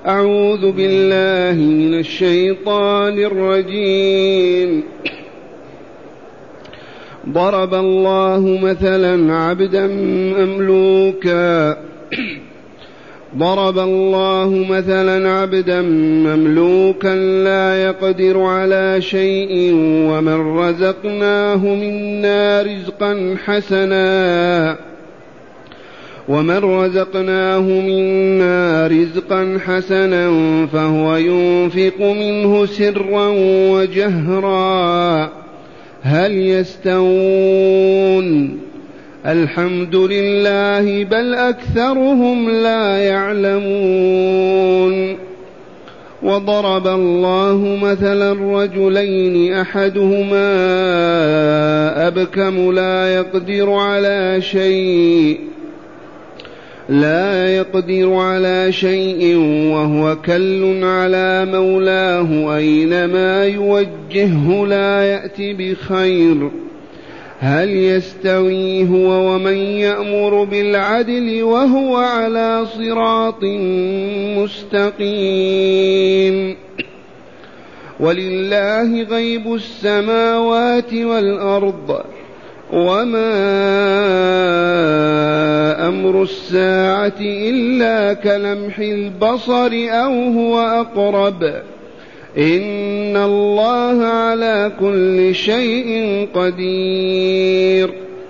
أعوذ بالله من الشيطان الرجيم. ضرب الله مثلا عبدا مملوكا لا يقدر على شيء ومن رزقناه منا رزقا حسنا فهو ينفق منه سرا وجهرا هل يستوون؟ الحمد لله بل أكثرهم لا يعلمون. وضرب الله مثلا رجلين أحدهما أبكم لا يقدر على شيء وهو كل على مولاه أينما يوجهه لا يأتي بخير هل يستوي هو ومن يأمر بالعدل وهو على صراط مستقيم؟ ولله غيب السماوات والأرض وما أمر الساعة إلا كلمح البصر أو هو أقرب إن الله على كل شيء قدير.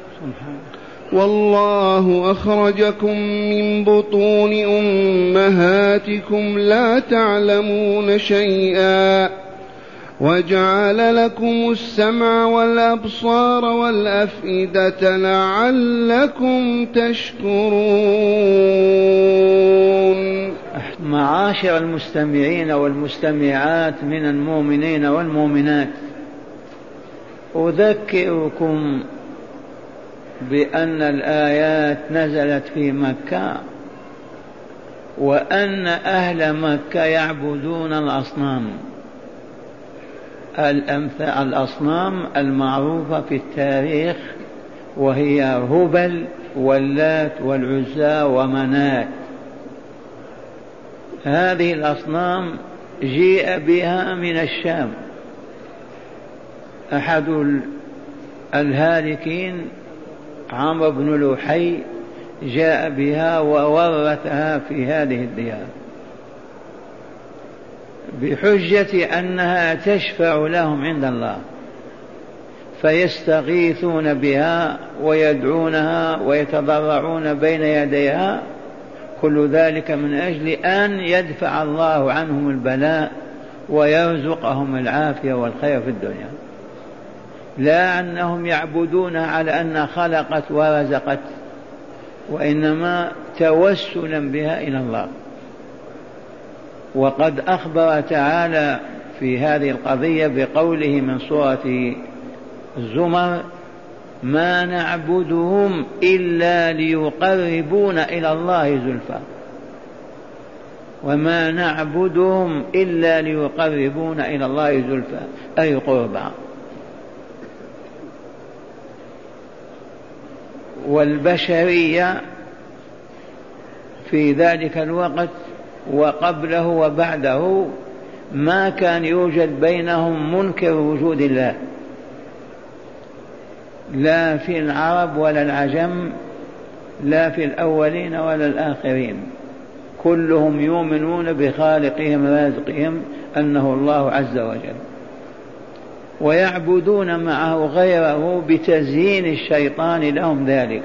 والله أخرجكم من بطون أمهاتكم لا تعلمون شيئا وجعل لكم السمع والأبصار والأفئدة لعلكم تشكرون. معاشر المستمعين والمستمعات من المؤمنين والمؤمنات، أذكركم بأن الآيات نزلت في مكة، وأن أهل مكة يعبدون الأصنام المعروفة في التاريخ، وهي هبل واللات والعزى ومنات. هذه الأصنام جيء بها من الشام، أحد الهالكين عمرو بن لحي جاء بها وورثها في هذه الديار بحجة أنها تشفع لهم عند الله، فيستغيثون بها ويدعونها ويتضرعون بين يديها، كل ذلك من أجل أن يدفع الله عنهم البلاء ويرزقهم العافية والخير في الدنيا، لا أنهم يعبدونها على أنها خلقت ورزقت، وإنما توسلا بها إلى الله. وقد أخبر تعالى في هذه القضية بقوله من سورة الزمر: ما نعبدهم إلا ليقربونا إلى الله زلفى، وما نعبدهم إلا ليقربونا إلى الله زلفى أي قربا. والبشرية في ذلك الوقت وقبله وبعده ما كان يوجد بينهم منكر وجود الله، لا في العرب ولا العجم، لا في الأولين ولا الآخرين، كلهم يؤمنون بخالقهم رازقهم أنه الله عز وجل، ويعبدون معه غيره بتزيين الشيطان لهم ذلك.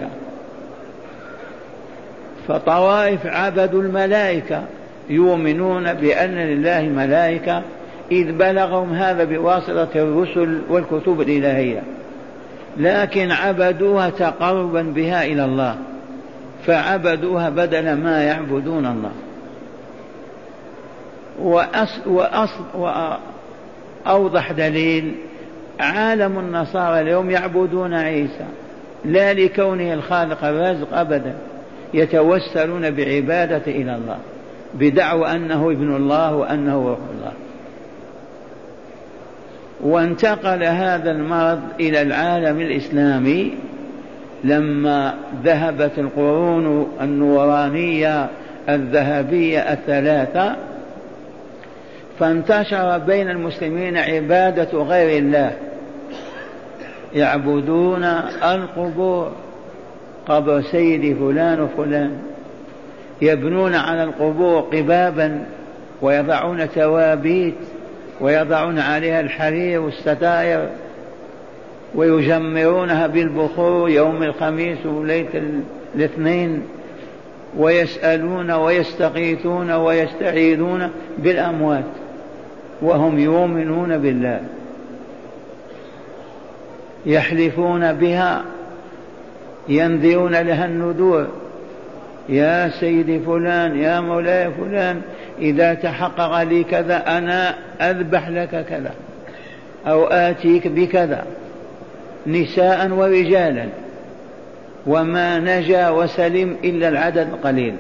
فطوائف عبدوا الملائكة، يؤمنون بأن لله ملائكة، إذ بلغهم هذا بواسطة الرسل والكتب الإلهية، لكن عبدوها تقربا بها إلى الله، فعبدوها بدل ما يعبدون الله. وأوضح دليل عالم النصارى اليوم يعبدون عيسى لا لكونه الخالق الرازق أبدا، يتوسلون بعبادة إلى الله بدعوى أنه ابن الله وأنه روح الله. وانتقل هذا المرض إلى العالم الإسلامي لما ذهبت القرون النورانية الذهبية الثلاثة فانتشر بين المسلمين عبادة غير الله، يعبدون القبور، قبر سيدي فلان وفلان، يبنون على القبور قبابا ويضعون توابيت ويضعون عليها الحرير والستائر ويجمرونها بالبخور يوم الخميس وليلة الاثنين، ويسألون ويستغيثون ويستعيذون بالأموات وهم يؤمنون بالله، يحلفون بها، ينذرون لها النذور: يا سيدي فلان، يا مولاي فلان، إذا تحقق لي كذا أنا أذبح لك كذا أو آتيك بكذا، نساء ورجالا، وما نجا وسلم إلا العدد القليل.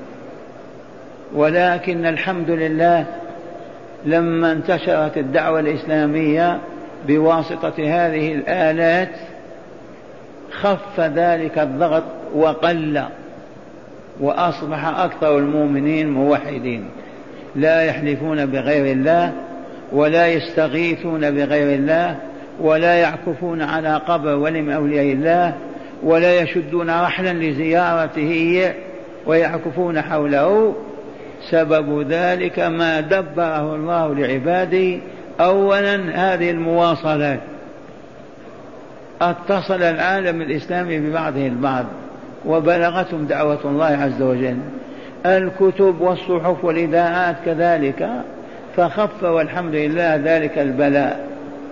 ولكن الحمد لله لما انتشرت الدعوة الإسلامية بواسطة هذه الآلات خف ذلك الضغط وقل، وأصبح أكثر المؤمنين موحدين، لا يحلفون بغير الله ولا يستغيثون بغير الله ولا يعكفون على قبر ولي من أولياء الله ولا يشدون رحلا لزيارته ويعكفون حوله. سبب ذلك ما دبره الله لعباده. أولا هذه المواصلات، اتصل العالم الإسلامي ببعضه البعض وبلغتهم دعوة الله عز وجل، الكتب والصحف والإذاعات كذلك، فخف والحمد لله ذلك البلاء.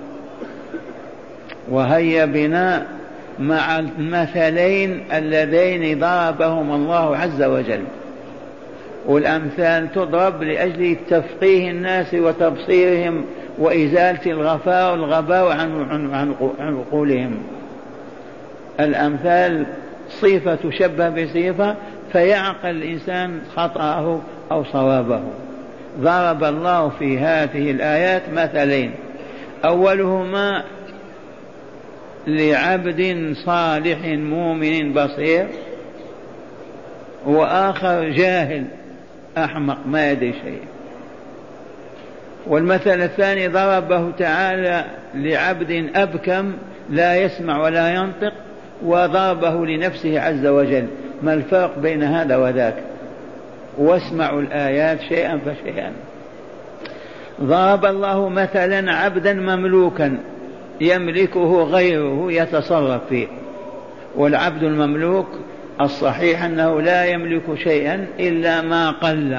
وهيا بنا مع المثلين اللذين ضربهم الله عز وجل، والأمثال تضرب لأجل تفقيه الناس وتبصيرهم وإزالة الغفاء والغباء عن عقولهم. الأمثال صفة تشبه بصفة فيعقل الإنسان خطأه أو صوابه. ضرب الله في هذه الآيات مثلين، أولهما لعبد صالح مؤمن بصير، وآخر جاهل أحمق ما يدري شيء. والمثل الثاني ضربه تعالى لعبد أبكم لا يسمع ولا ينطق، وضربه لنفسه عز وجل. ما الفرق بين هذا وذاك؟ واسمعوا الآيات شيئا فشيئا. ضرب الله مثلا عبدا مملوكا يملكه غيره يتصرف فيه، والعبد المملوك الصحيح أنه لا يملك شيئا إلا ما قل،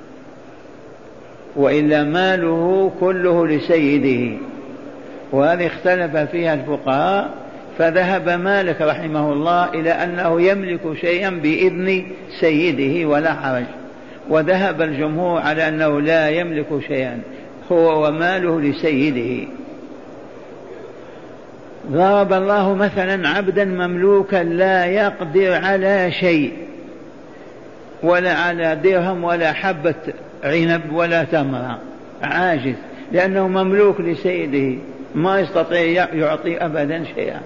وإلا ماله كله لسيده، وهذه اختلف فيها الفقهاء، فذهب مالك رحمه الله إلى أنه يملك شيئا بإذن سيده ولا حرج، وذهب الجمهور على أنه لا يملك شيئا، هو وماله لسيده. ضرب الله مثلا عبدا مملوكا لا يقدر على شيء، ولا على درهم ولا حبة عنب ولا تمرة، عاجز، لأنه مملوك لسيده ما يستطيع يعطي أبدا شيئا.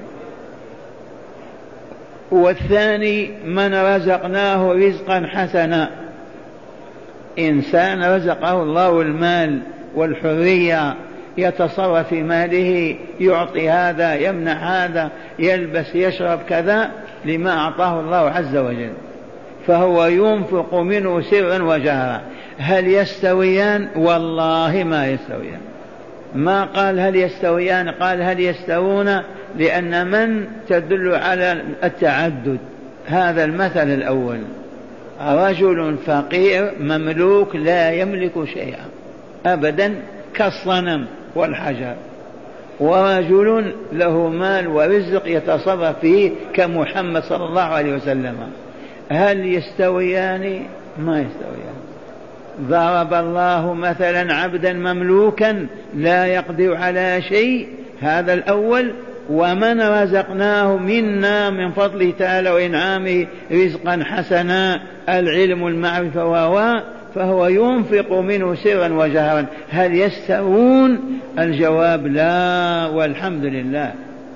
والثاني من رزقناه رزقا حسنا، إنسان رزقه الله المال والحرية يتصرف في ماله، يعطي هذا يمنع هذا، يلبس يشرب كذا لما أعطاه الله عز وجل، فهو ينفق منه سرا وجهرا. هل يستويان؟ والله ما يستويان. ما قال هل يستويان، قال هل يستوون، لأن من تدل على التعدد. هذا المثل الأول، رجل فقير مملوك لا يملك شيئا أبدا كالصنم والحجر، ورجل له مال ورزق يتصرف فيه كمحمد صلى الله عليه وسلم. هل يستويان؟ ما يستويان. ضرب الله مثلا عبدا مملوكا لا يقدر على شيء، هذا الأول، ومن رزقناه منا من فضله تعالى وإنعامه رزقا حسنا، العلم المعرفة فهو ينفق منه سرا وجهرا. هل يستوون؟ الجواب لا والحمد لله.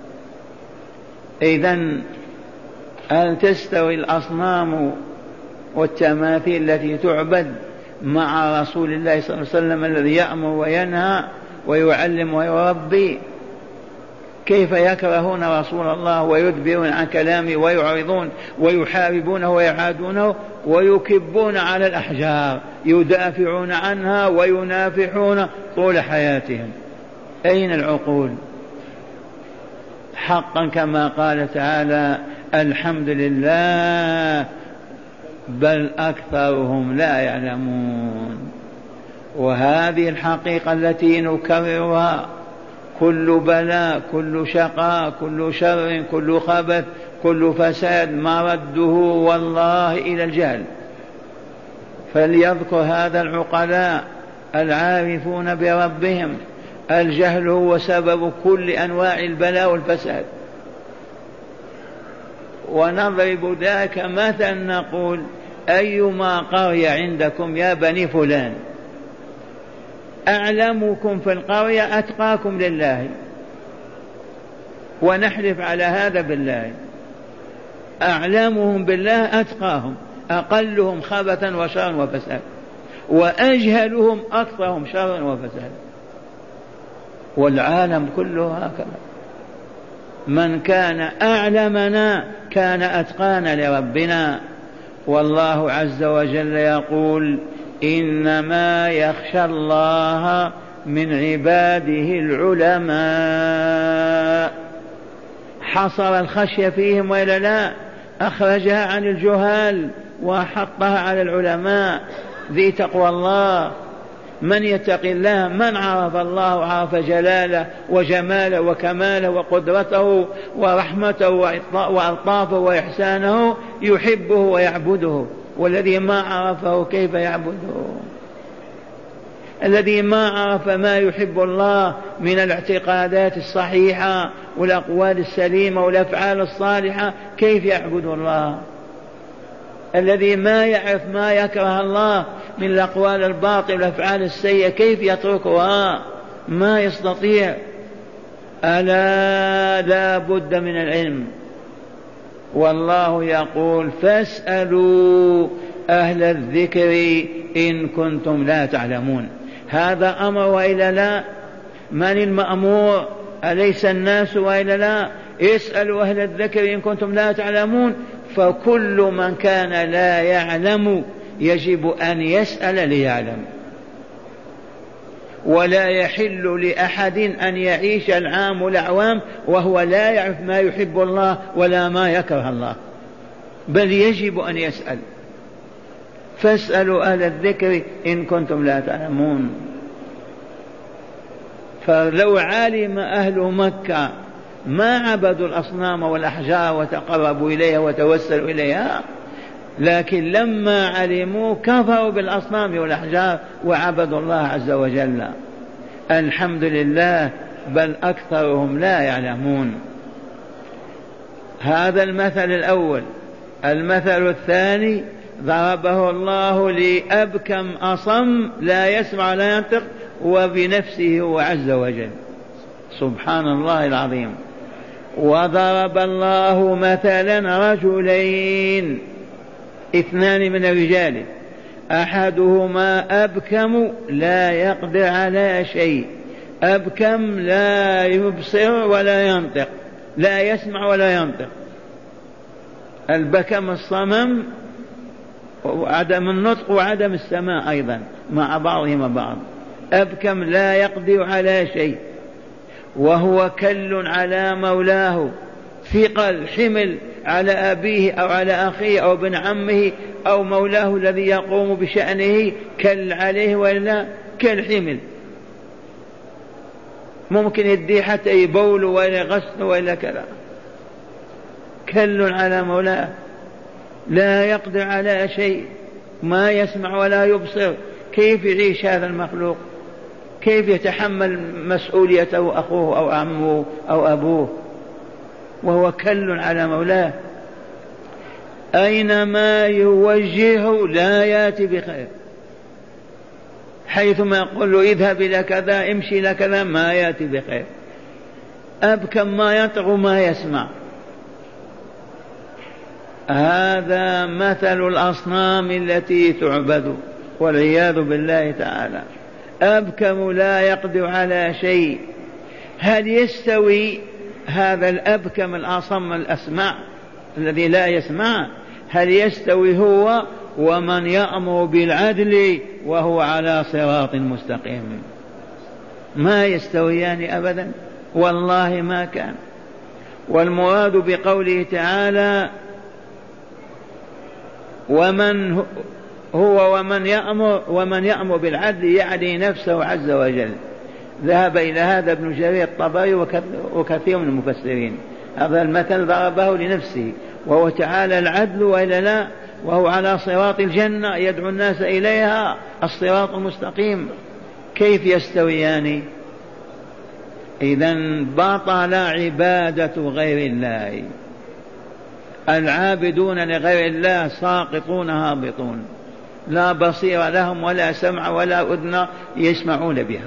إذن هل تستوي الأصنام والتماثيل التي تعبد مع رسول الله صلى الله عليه وسلم الذي يأمر وينهى ويعلم ويربي. كيف يكرهون رسول الله ويدبرون عن كلامه ويعرضون ويحاربونه ويعادونه ويكبون على الأحجار يدافعون عنها وينافحون طول حياتهم؟ أين العقول؟ حقا كما قال تعالى: الحمد لله بل أكثرهم لا يعلمون. وهذه الحقيقة التي نكررها: كل بلاء، كل شقاء، كل شر، كل خبث، كل فساد مرده والله إلى الجهل. فليذكر هذا العقلاء العارفون بربهم: الجهل هو سبب كل أنواع البلاء والفساد. ونضرب ذاك مثلا نقول: أيما قرية عندكم يا بني فلان أعلمكم في القرية أتقاكم لله، ونحلف على هذا بالله، أعلمهم بالله أتقاهم، أقلهم خبثا وشرا وفساد، وأجهلهم أكثرهم شرا وفساد. والعالم كله هكذا. من كان أعلمنا كان أتقانا لربنا. والله عز وجل يقول: إنما يخشى الله من عباده العلماء. حصر الخشية فيهم وإلا لا؟ أخرجها عن الجهال وحطها على العلماء ذي تقوى الله. من يتق الله، من عرف الله وعرف جلاله وجماله وكماله وقدرته ورحمته وألطافه وإحسانه يحبه ويعبده. والذي ما عرفه كيف يعبده؟ الذي ما عرف ما يحب الله من الاعتقادات الصحيحة والأقوال السليمة والأفعال الصالحة كيف يعبد الله؟ الذي ما يعرف ما يكره الله من الأقوال الباطلة والأفعال السيئة كيف يتركها؟ ما يستطيع. ألا لا بد من العلم. والله يقول: فاسألوا أهل الذكر إن كنتم لا تعلمون. هذا أمر وإلا لا؟ من المأمور؟ أليس الناس وإلا لا؟ اسألوا أهل الذكر إن كنتم لا تعلمون. فكل من كان لا يعلم يجب أن يسأل ليعلم. ولا يحل لأحد أن يعيش العام الأعوام وهو لا يعرف ما يحب الله ولا ما يكره الله، بل يجب أن يسأل. فاسألوا أهل الذكر إن كنتم لا تعلمون. فلو علم أهل مكة ما عبدوا الأصنام والأحجار وتقربوا إليها وتوسلوا إليها، لكن لما علموا كفروا بالأصنام والأحجار وعبدوا الله عز وجل. الحمد لله بل أكثرهم لا يعلمون. هذا المثل الأول. المثل الثاني ضربه الله لأبكم أصم لا يسمع لا ينطق وبنفسه هو عز وجل. سبحان الله العظيم. وضرب الله مثلا رجلين اثنان من الرجال أحدهما أبكم لا يقدر على شيء، أبكم لا يبصر ولا ينطق، لا يسمع ولا ينطق. البكم الصمم وعدم النطق وعدم السماع أيضا مع بعضهما بعض. أبكم لا يقدر على شيء وهو كل على مولاه، ثقل حمل على أبيه أو على أخيه أو ابن عمه أو مولاه الذي يقوم بشأنه، كل عليه ولا كالحمل. ممكن يديه حتى يبول ولا غسل ولا كذا. كل على مولاه لا يقدر على شيء، ما يسمع ولا يبصر. كيف يعيش هذا المخلوق؟ كيف يتحمل مسؤوليته أخوه أو عمه أو أبوه وهو كل على مولاه؟ أينما يوجهه لا يأتي بخير. حيثما يقول له اذهب إلى كذا امشي إلى كذا ما يأتي بخير. أبكم ما ينطق ما يسمع. هذا مثل الأصنام التي تعبد والعياذ بالله تعالى. أبكم لا يقدر على شيء. هل يستوي هذا الأبكم الأصم الأسمع الذي لا يسمع؟ هل يستوي هو ومن يأمر بالعدل وهو على صراط مستقيم؟ ما يستويان أبدا، والله ما كان. والمراد بقوله تعالى ومن هو ومن يأمر بالعدل يعني نفسه عز وجل. ذهب إلى هذا ابن جرير الطبري وكثير من المفسرين. هذا المثل ضربه لنفسه، وهو تعالى العدل وإلا لا، وهو على صراط الجنة يدعو الناس إليها، الصراط المستقيم. كيف يستويان؟ إذن بطل عبادة غير الله. العابدون لغير الله ساقطون هابطون، لا بصير لهم ولا سمع ولا أذن يسمعون بها.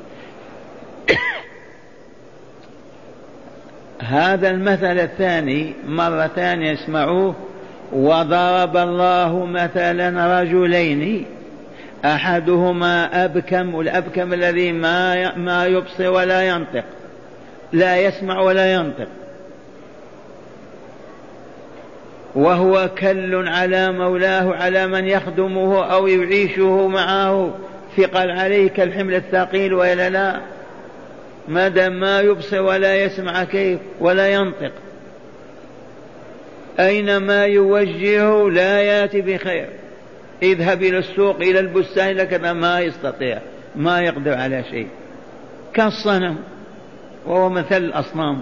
هذا المثل الثاني مرة ثانية اسمعوه. وضرب الله مثلا رجلين أحدهما أبكم، والأبكم الذي ما يبصر ولا ينطق، لا يسمع ولا ينطق، وهو كل على مولاه على من يخدمه أو يعيشه معه، ثقل عليه كالحمل الثقيل وإلا لا. ما دام ما يبصر ولا يسمع كيف ولا ينطق، أينما يوجهه لا يأتي بخير. اذهب إلى السوق إلى البستان لكذا، ما يستطيع، ما يقدر على شيء، كالصنم، وهو مثل الأصنام.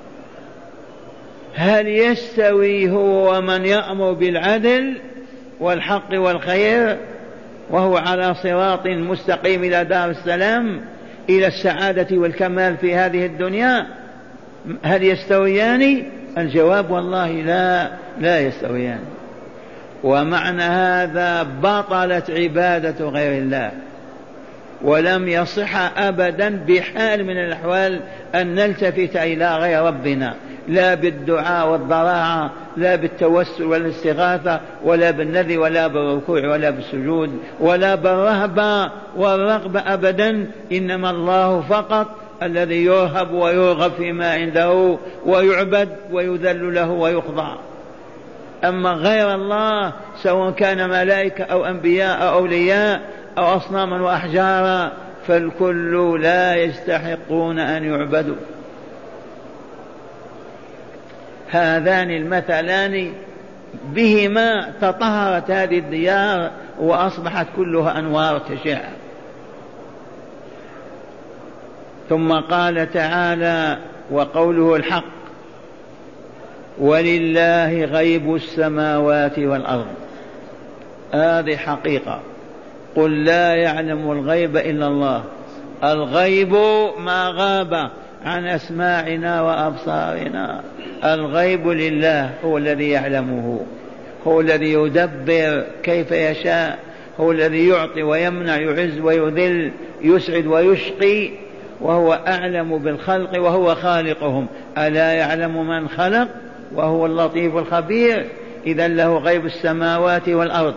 هل يستوي هو ومن يأمر بالعدل والحق والخير وهو على صراط مستقيم إلى دار السلام، إلى السعادة والكمال في هذه الدنيا؟ هل يستويان؟ الجواب والله لا يستويان. ومعنى هذا بطلت عبادة غير الله، ولم يصح أبدا بحال من الأحوال أن نلتفت إلى غير ربنا، لا بالدعاء والضراعة، لا بالتوسل والاستغاثة، ولا بالنذر، ولا بالركوع، ولا بالسجود، ولا بالرهبة والرغبة أبدا. إنما الله فقط الذي يرهب ويرغب فيما عنده ويعبد ويذل له ويخضع. أما غير الله سواء كان ملائكة أو أنبياء أو أولياء أو أصناما وأحجارا فالكل لا يستحقون أن يعبدوا. هذان المثلان بهما تطهرت هذه الديار وأصبحت كلها أنوار تشع. ثم قال تعالى وقوله الحق ولله غيب السماوات والأرض. هذه حقيقة. قل لا يعلم الغيب إلا الله. الغيب ما غاب عن أسماعنا وأبصارنا، الغيب لله، هو الذي يعلمه، هو الذي يدبر كيف يشاء، هو الذي يعطي ويمنع، يعز ويذل، يسعد ويشقي، وهو أعلم بالخلق وهو خالقهم. ألا يعلم من خلق وهو اللطيف الخبير؟ إذا له غيب السماوات والأرض،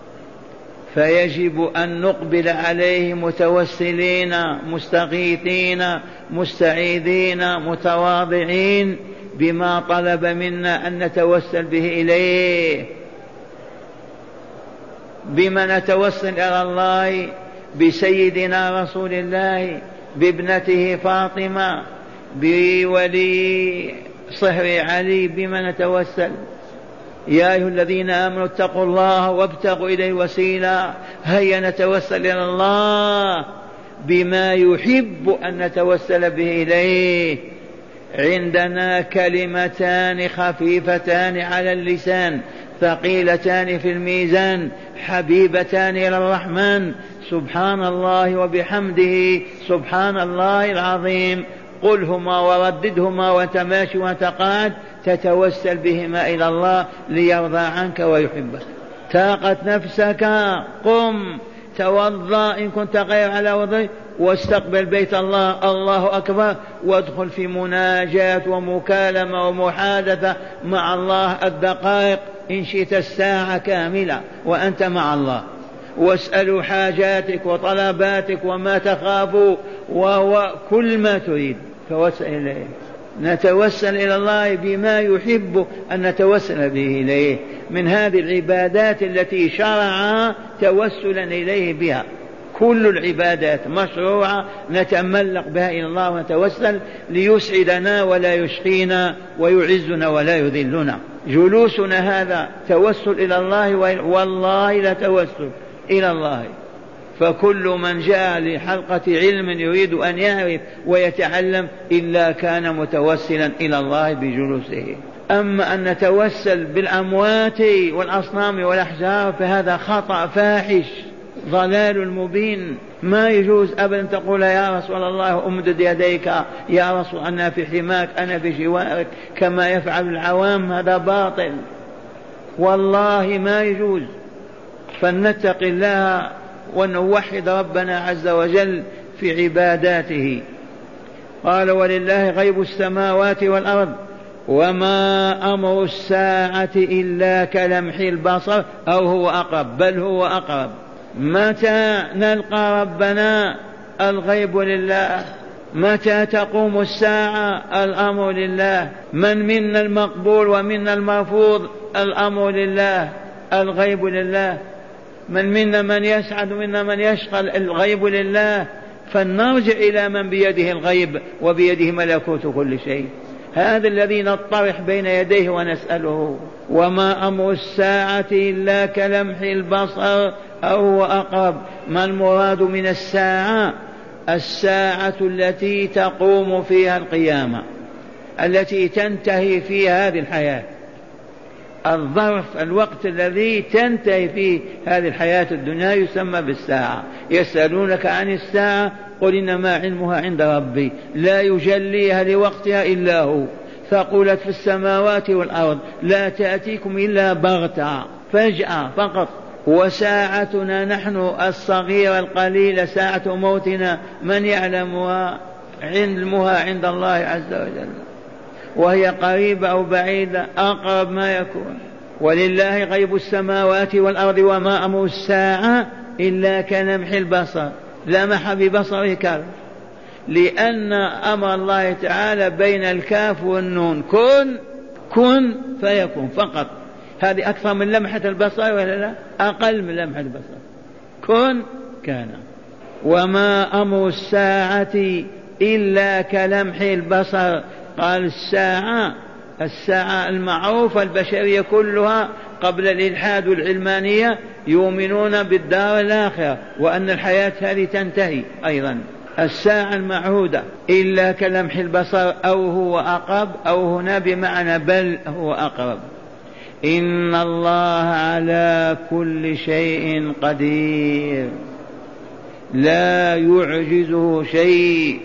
فيجب أن نقبل عليه متوسلين مستغيثين مستعيذين متواضعين بما طلب منا أن نتوسل به إليه. بما نتوسل إلى الله؟ بسيدنا رسول الله، بابنته فاطمة، بولي صهر علي. بما نتوسل؟ يا أيها الذين آمنوا اتقوا الله وابتغوا إليه الوسيلة. هيا نتوسل إلى الله بما يحب أن نتوسل به إليه. عندنا كلمتان خفيفتان على اللسان ثقيلتان في الميزان حبيبتان إلى الرحمن، سبحان الله وبحمده سبحان الله العظيم. قلهما ورددهما وتماشي وتقاعد تتوسل بهما إلى الله ليرضى عنك ويحبك. تاقت نفسك، قم توضأ إن كنت غير على وضوء، واستقبل بيت الله، الله أكبر، وادخل في مناجاة ومكالمة ومحادثة مع الله الدقائق إن شئت الساعة كاملة وأنت مع الله. واسألوا حاجاتك وطلباتك وما تخافوا وهو كل ما تريد توسل إليه. نتوسل إلى الله بما يحب أن نتوسل به إليه من هذه العبادات التي شرع توسلا إليه بها. كل العبادات مشروعة نتملق بها إلى الله ونتوسل ليسعدنا ولا يشقينا ويعزنا ولا يذلنا. جلوسنا هذا توسل إلى الله، والله لتوسل إلى الله. فكل من جاء لحلقة علم يريد أن يعرف ويتعلم إلا كان متوسلا إلى الله بجلوسه. أما أن نتوسل بالأموات والأصنام والأحجار فهذا خطأ فاحش ضلال مبين. ما يجوز أبدا تقول يا رسول الله أمدد يديك يا رسول أنا في حماك أنا في جوارك كما يفعل العوام، هذا باطل والله ما يجوز. فلنتق الله ونوحد ربنا عز وجل في عباداته. قال ولله غيب السماوات والأرض وما أمر الساعة إلا كلمح البصر أو هو أقرب، بل هو أقرب. متى نلقى ربنا؟ الغيب لله. متى تقوم الساعة؟ الأمر لله. من منا المقبول ومنا المرفوض؟ الأمر لله. الغيب لله. من منا من يسعد ومنا من يشقى؟ الغيب لله. فلنرجع إلى من بيده الغيب وبيده ملكوت كل شيء. هذا الذي نطرح بين يديه ونسأله. وما أمر الساعة إلا كلمح البصر أو هو أقرب. ما المراد من الساعة؟ الساعة التي تقوم فيها القيامة، التي تنتهي فيها هذه الحياة. الظرف الوقت الذي تنتهي فيه هذه الحياة الدنيا يسمى بالساعة. يسألونك عن الساعة قل إنما علمها عند ربي لا يجليها لوقتها إلا هو ثقلت في السماوات والأرض لا تأتيكم إلا بغتة فجأة فقط. وساعتنا نحن الصغيرة القليلة ساعة موتنا من يعلمها؟ علمها عند الله عز وجل، وهي قريبة أو بعيدة أقرب ما يكون. ولله غيب السماوات والأرض وما أمر الساعة إلا كلمح البصر. لمح ببصره كلمح، لأن أمر الله تعالى بين الكاف والنون كن فيكون فقط. هذه أكثر من لمحة البصر ولا لا؟ أقل من لمحة البصر. كن كان. وما أمر الساعة إلا كلمح البصر. قال الساعة المعروفة البشرية كلها قبل الإلحاد والعلمانية يؤمنون بالدار الآخرة وأن الحياة هذه تنتهي أيضا. الساعة المعهودة إلا كلمح البصر أو هو أقرب، أو هنا بمعنى بل هو أقرب. إن الله على كل شيء قدير لا يعجزه شيء.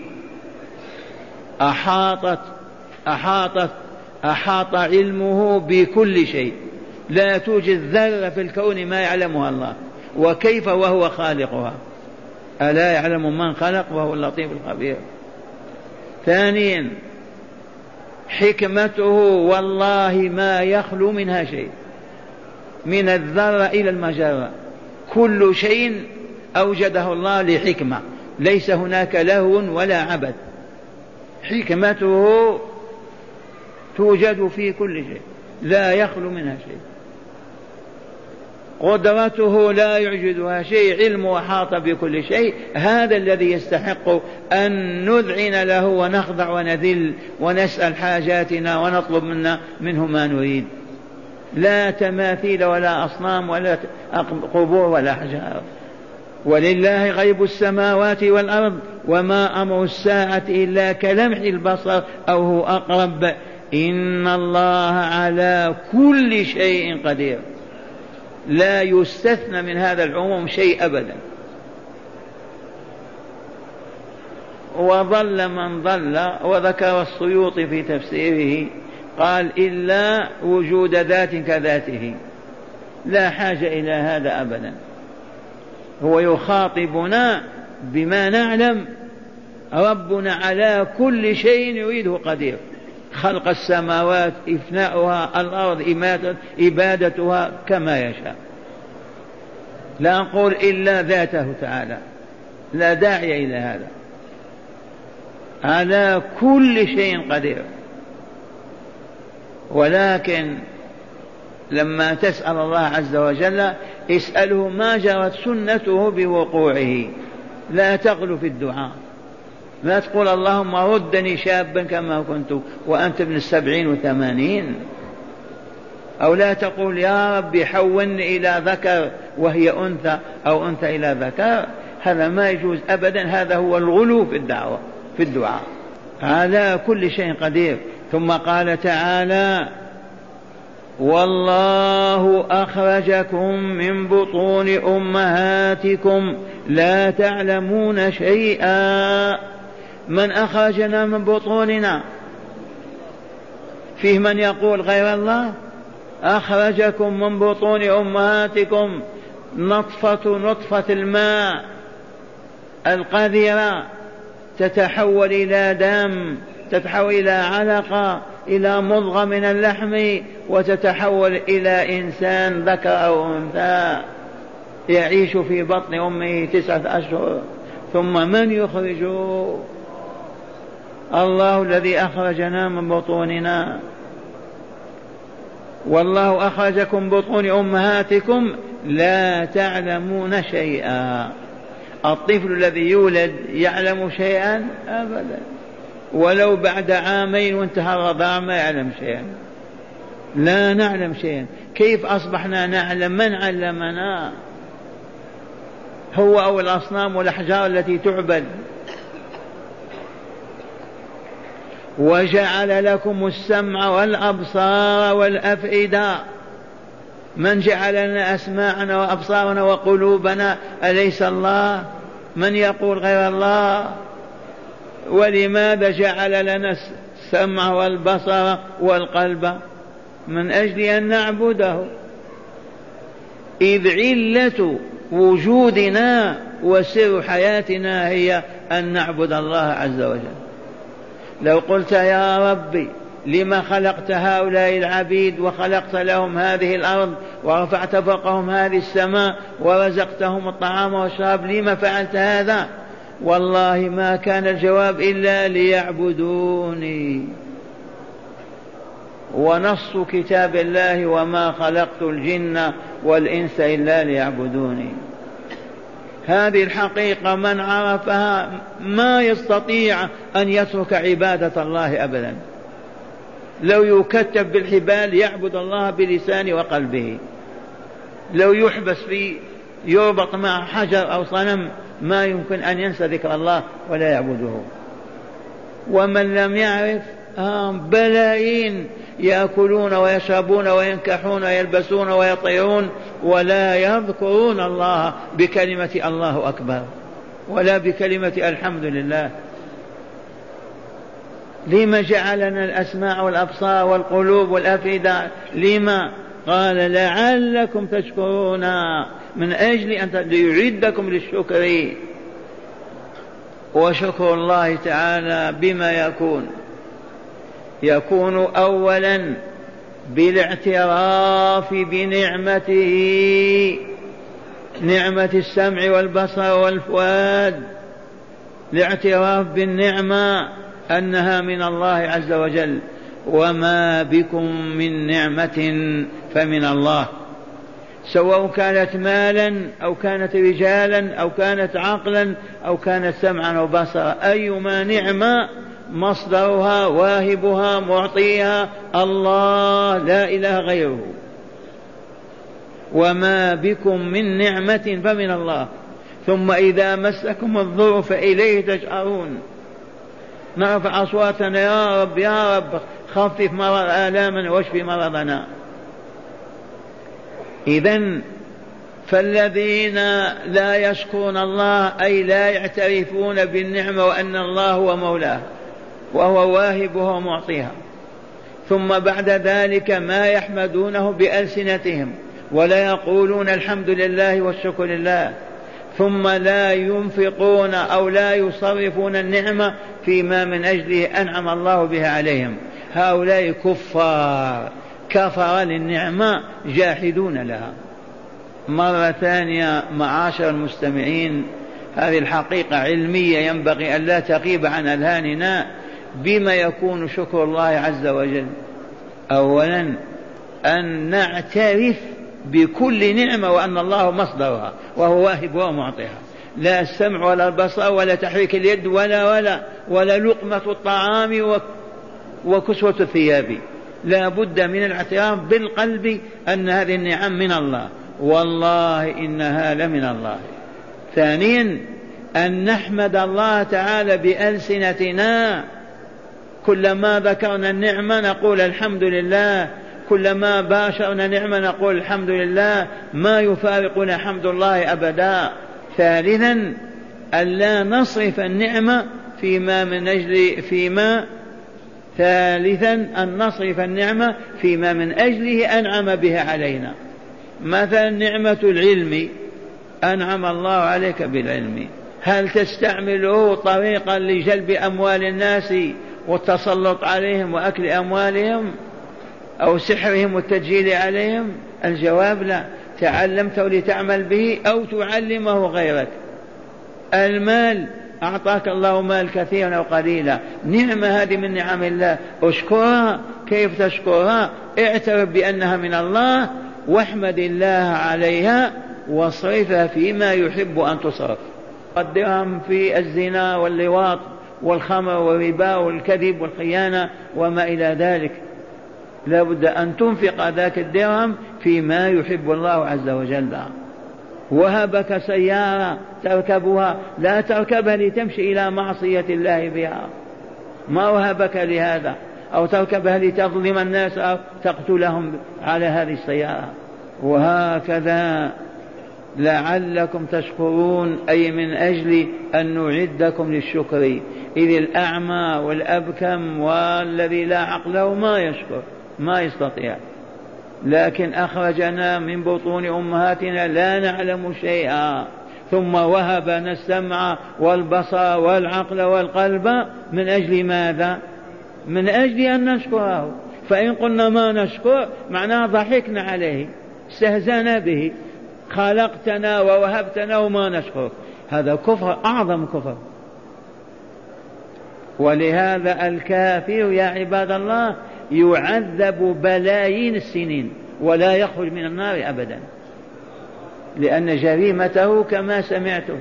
أحاط علمه بكل شيء، لا توجد ذرة في الكون ما يعلمها الله. وكيف وهو خالقها؟ ألا يعلم من خلق وهو اللطيف الخبير. ثانيا حكمته والله ما يخلو منها شيء، من الذرة إلى المجرة كل شيء أوجده الله لحكمة، ليس هناك لهو ولا عبث. حكمته توجد في كل شيء لا يخلو منها شيء. قدرته لا يعجزها شيء. علمه أحاط بكل شيء. هذا الذي يستحق أن نذعن له ونخضع ونذل ونسأل حاجاتنا ونطلب منه ما نريد. لا تماثيل ولا أصنام ولا قبور ولا أحجار. ولله غيب السماوات والأرض وما أمر الساعة إلا كلمح البصر أو هو أقرب. إن الله على كل شيء قدير. لا يستثنى من هذا العموم شيء أبدا. وضل من ضل. وذكر السيوطي في تفسيره قال إلا وجود ذات كذاته. لا حاجة إلى هذا أبدا. هو يخاطبنا بما نعلم. ربنا على كل شيء يريده قدير. خلق السماوات إفناؤها، الأرض إبادتها كما يشاء. لا نقول إلا ذاته تعالى، لا داعي إلى هذا، على كل شيء قدير. ولكن لما تسأل الله عز وجل اسأله ما جرت سنته بوقوعه، لا تغلو في الدعاء، لا تقول اللهم ردني شابا كما كنت وأنت ابن 70 و80، أو لا تقول يا ربي حولني إلى ذكر وهي أنثى أو أنثى إلى ذكر، هذا ما يجوز أبدا، هذا هو الغلو في الدعوة في الدعاء، على كل شيء قدير. ثم قال تعالى والله أخرجكم من بطون أمهاتكم لا تعلمون شيئا. من أخرجنا من بطوننا؟ فيه من يقول غير الله؟ أخرجكم من بطون أمهاتكم، نطفة الماء القذرة تتحول إلى دم، تتحول إلى علقة، إلى مضغة من اللحم، وتتحول إلى إنسان ذكر أو أنثى يعيش في بطن أمه 9 أشهر. ثم من يخرجه؟ الله الذي أخرجنا من بطوننا. والله أخرجكم بطون أمهاتكم لا تعلمون شيئا. الطفل الذي يولد يعلم شيئا؟ أبدا، ولو بعد 2 عام وانتهى الرضاع ما يعلم شيئا، لا نعلم شيئا. كيف أصبحنا نعلم؟ من علمنا؟ هو أو الأصنام والأحجار التي تعبد؟ وجعل لكم السمع والأبصار والأفئدة. من جعل لنا أسماعنا وأبصارنا وقلوبنا؟ أليس الله؟ من يقول غير الله؟ ولماذا جعل لنا السمع والبصر والقلب؟ من أجل أن نعبده، إذ علة وجودنا وسر حياتنا هي أن نعبد الله عز وجل. لو قلت يا ربي لما خلقت هؤلاء العبيد وخلقت لهم هذه الأرض ورفعت فوقهم هذه السماء ورزقتهم الطعام والشراب، لما فعلت هذا؟ والله ما كان الجواب إلا ليعبدوني. ونص كتاب الله وما خلقت الجن والإنس إلا ليعبدوني. هذه الحقيقة من عرفها ما يستطيع أن يترك عبادة الله أبدا. لو يكتب بالحبال يعبد الله بلسانه وقلبه، لو يحبس في يربط مع حجر أو صنم ما يمكن أن ينسى ذكر الله ولا يعبده. ومن لم يعرف بلايين يأكلون ويشربون وينكحون ويلبسون ويطيرون ولا يذكرون الله بكلمة الله أكبر ولا بكلمة الحمد لله. لما جعلنا الأسماع والأبصار والقلوب والأفئدة؟ لما؟ قال لعلكم تشكرون، من أجل أن يعدكم للشكر. وشكر الله تعالى بما يكون أولا بالاعتراف بنعمته، نعمة السمع والبصر والفؤاد، الاعتراف بالنعمة أنها من الله عز وجل. وما بكم من نعمة فمن الله، سواء كانت مالا أو كانت رجالا أو كانت عقلا أو كانت سمعا وبصرا، أيما نعمة مصدرها واهبها معطيها الله، لا إله غيره. وما بكم من نعمة فمن الله، ثم إذا مسكم الضر فإليه تجأرون. نرفع أصواتنا يا رب يا رب خفف مرض آلامنا واشف مرضنا. إذن فالذين لا يشكرون الله أي لا يعترفون بالنعمة وأن الله هو مولاه وهو واهبها ومعطيها، ثم بعد ذلك ما يحمدونه بألسنتهم ولا يقولون الحمد لله والشكر لله، ثم لا ينفقون أو لا يصرفون النعمة فيما من أجله أنعم الله بها عليهم، هؤلاء كفار كفر للنعمة جاحدون لها. مرة ثانية معاشر المستمعين، هذه الحقيقة علمية ينبغي أن لا تغيب عن أذهاننا. بما يكون شكر الله عز وجل؟ أولا أن نعترف بكل نعمة وأن الله مصدرها وهو واهب ومعطيها، لا السمع ولا البصر ولا تحريك اليد ولا لقمة الطعام وكسوة الثياب. لا بد من الاعتراف بالقلب أن هذه النعم من الله، والله إنها لمن الله. ثانيا أن نحمد الله تعالى بألسنتنا، كلما ذكرنا النعمة نقول الحمد لله، كلما باشرنا نعمة نقول الحمد لله، ما يفارقنا حمد الله أبدا. ثالثا ألا نصرف النعمة أن نصرف النعمة فيما من أجله أنعم بها علينا. مثلا نعمة العلم، أنعم الله عليك بالعلم، هل تستعمله طريقا لجلب أموال الناس والتسلط عليهم وأكل أموالهم أو سحرهم والتجهيل عليهم؟ الجواب لا. تعلمته لتعمل به أو تعلمه غيرك. المال، أعطاك الله مال كثيرا أو قليلا، نعمة هذه من نعم الله، أشكرها. كيف تشكرها؟ اعترف بأنها من الله واحمد الله عليها واصرفها فيما يحب أن تصرف. قدرهم في الزنا واللواط والخمر والربا والكذب والخيانة وما إلى ذلك. لا بد أن تنفق ذاك الدرهم فيما يحب الله عز وجل. وهبك سيارة تركبها، لا تركبها لتمشي إلى معصية الله بها، ما وهبك لهذا، أو تركبها لتظلم الناس أو تقتلهم على هذه السيارة. وهكذا لعلكم تشكرون، أي من أجل أن نعدكم للشكر. إذ الأعمى والأبكم والذي لا عقل له ما يشكر، ما يستطيع. لكن أخرجنا من بطون أمهاتنا لا نعلم شيئا، ثم وهبنا السمع والبصر والعقل والقلب من أجل ماذا؟ من أجل أن نشكره. فإن قلنا ما نشكر معناه ضحكنا عليه، استهزأنا به، خلقتنا ووهبتنا وما نشكر. هذا كفر، أعظم كفر. ولهذا الكافر يا عباد الله يعذب بلايين السنين ولا يخرج من النار أبدا، لأن جريمته كما سمعته،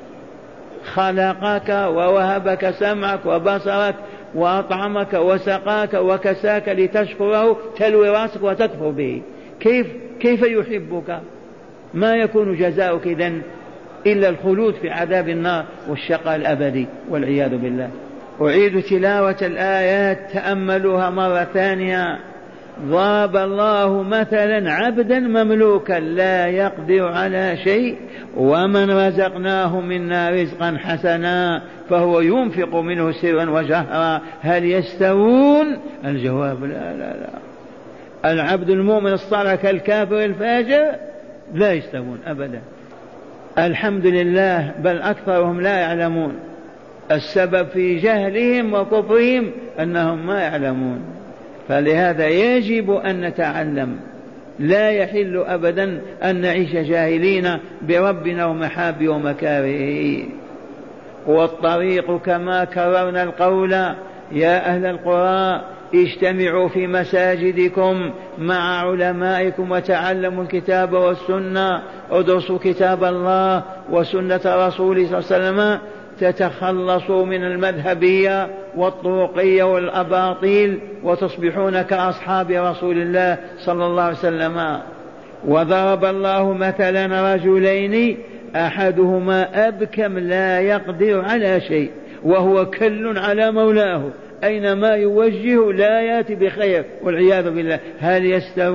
خلقك ووهبك سمعك وبصرك وأطعمك وسقاك وكساك لتشكره، تلوي راسك وتكفر به. كيف يحبك؟ ما يكون جزاؤك إذن إلا الخلود في عذاب النار والشقاء الأبدي والعياذ بالله. أعيد تلاوة الآيات، تأملوها مرة ثانية. ضرب الله مثلا عبدا مملوكا لا يقدر على شيء ومن رزقناه منا رزقا حسنا فهو ينفق منه سرا وجهرا هل يستوون؟ الجواب لا. العبد المؤمن الصالح كالكافر الفاجر لا يستوون أبدا. الحمد لله، بل أكثرهم لا يعلمون. السبب في جهلهم وكفرهم أنهم ما يعلمون. فلهذا يجب أن نتعلم، لا يحل أبدا أن نعيش جاهلين بربنا ومحابه ومكارهه. والطريق كما كررنا القول يا أهل القرى اجتمعوا في مساجدكم مع علمائكم وتعلموا الكتاب والسنة، ادرسوا كتاب الله وسنة رسوله صلى الله عليه وسلم، تتخلصوا من المذهبية والطرقية والأباطيل وتصبحون كأصحاب رسول الله صلى الله عليه وسلم. وضرب الله مثلا رجلين أحدهما أبكم لا يقدر على شيء وهو كل على مولاه أينما يوجه لا يأتي بخير والعياذ بالله. هل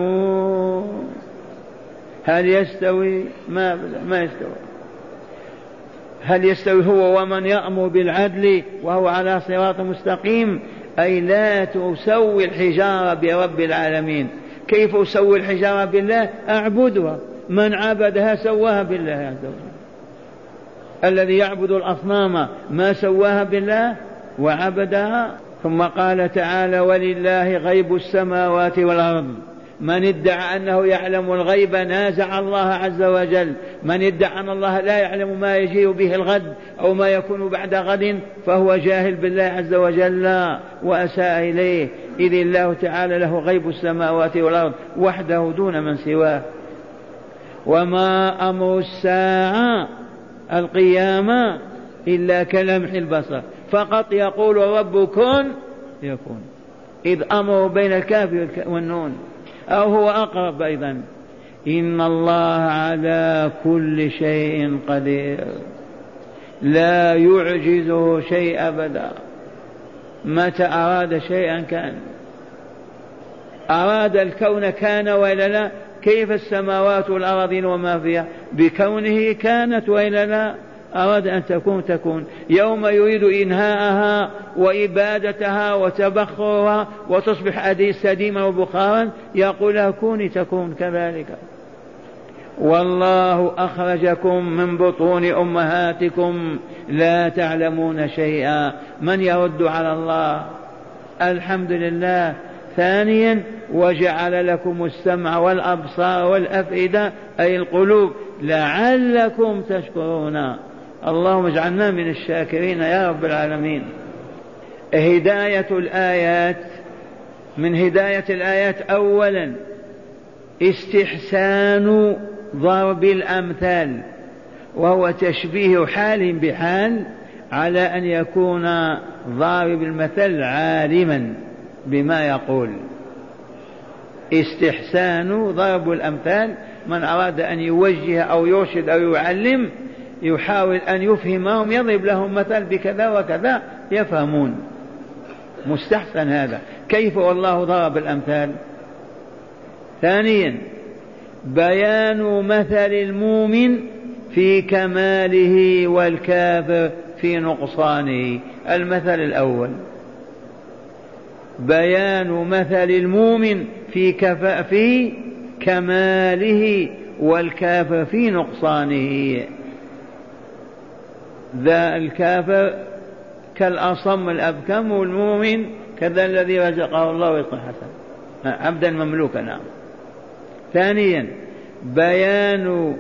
يستوي؟ ما يستوي. هل يستوي هو ومن يأمر بالعدل وهو على صراط مستقيم؟ أي لا تسوي الحجارة برب العالمين. كيف أسوي الحجارة بالله؟ أعبدها. من عبدها سواها بالله عز وجل. الذي يعبد الأصنام ما سواها بالله وعبدها. ثم قال تعالى ولله غيب السماوات والأرض من ادعى أنه يعلم الغيب نازع الله عز وجل. من ادعى أن الله لا يعلم ما يجيء به الغد أو ما يكون بعد غد فهو جاهل بالله عز وجل وأساء إليه، إذ الله تعالى له غيب السماوات والأرض وحده دون من سواه. وما أمر الساعة القيامة إلا كلمح البصر، فقط يقول رب كن يكون، إذ أمر بين الكاف والنون، أو هو أقرب أيضا. إن الله على كل شيء قدير، لا يعجزه شيء أبدا. متى أراد شيئا كان، أراد الكون كان وإلا لا؟ كيف السماوات والأراضين وما فيها؟ بكونه كانت وإلا لا؟ أراد أن تكون تكون. يوم يريد إنهاءها وإبادتها وتبخرها وتصبح سديما وبخارا يقول لها كوني تكون كذلك. والله أخرجكم من بطون أمهاتكم لا تعلمون شيئا. من يرد على الله؟ الحمد لله. ثانيا وجعل لكم السمع والأبصار والأفئدة أي القلوب لعلكم تشكرون. اللهم اجعلنا من الشاكرين يا رب العالمين. هداية الآيات، من هداية الآيات أولا استحسان ضرب الأمثال، وهو تشبيه حال بحال على أن يكون ضارب المثل عالما بما يقول. استحسان ضرب الأمثال، من أراد أن يوجه أو يرشد أو يعلم يحاول أن يفهمهم يضرب لهم مثل بكذا وكذا يفهمون. مستحسن هذا. كيف والله ضرب الأمثال؟ ثانيا بيان مثل المؤمن في كماله والكافر في نقصانه. المثل الأول بيان مثل المؤمن في كماله والكافر في نقصانه. ذا الكافر كالأصم الأبكم، والمؤمن كذا الذي رزقه الله رزقا حسنا عبدا مملوكا. نعم. ثانيا بيان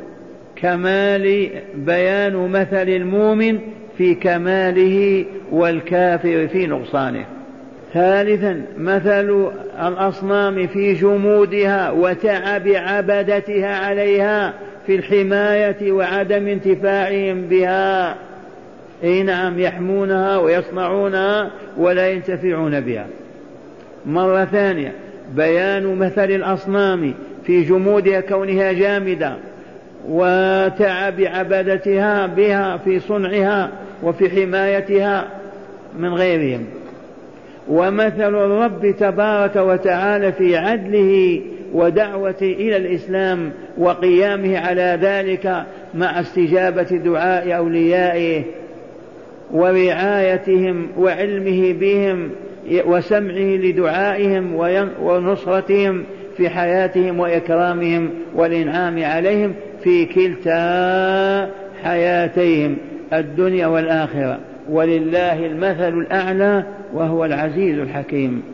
مثل المؤمن في كماله والكافر في نقصانه. ثالثا مثل الأصنام في جمودها وتعب عبدتها عليها في الحماية وعدم انتفاعهم بها. أي نعم، يحمونها ويصنعونها ولا ينتفعون بها. مرة ثانية بيان مثل الأصنام في جمودها كونها جامدة وتعب عبدتها بها في صنعها وفي حمايتها من غيرهم. ومثل الرب تبارك وتعالى في عدله ودعوته إلى الإسلام وقيامه على ذلك مع استجابة دعاء أوليائه ورعايتهم وعلمه بهم وسمعه لدعائهم ونصرتهم في حياتهم وإكرامهم والإنعام عليهم في كلتا حياتيهم الدنيا والآخرة. ولله المثل الأعلى وهو العزيز الحكيم.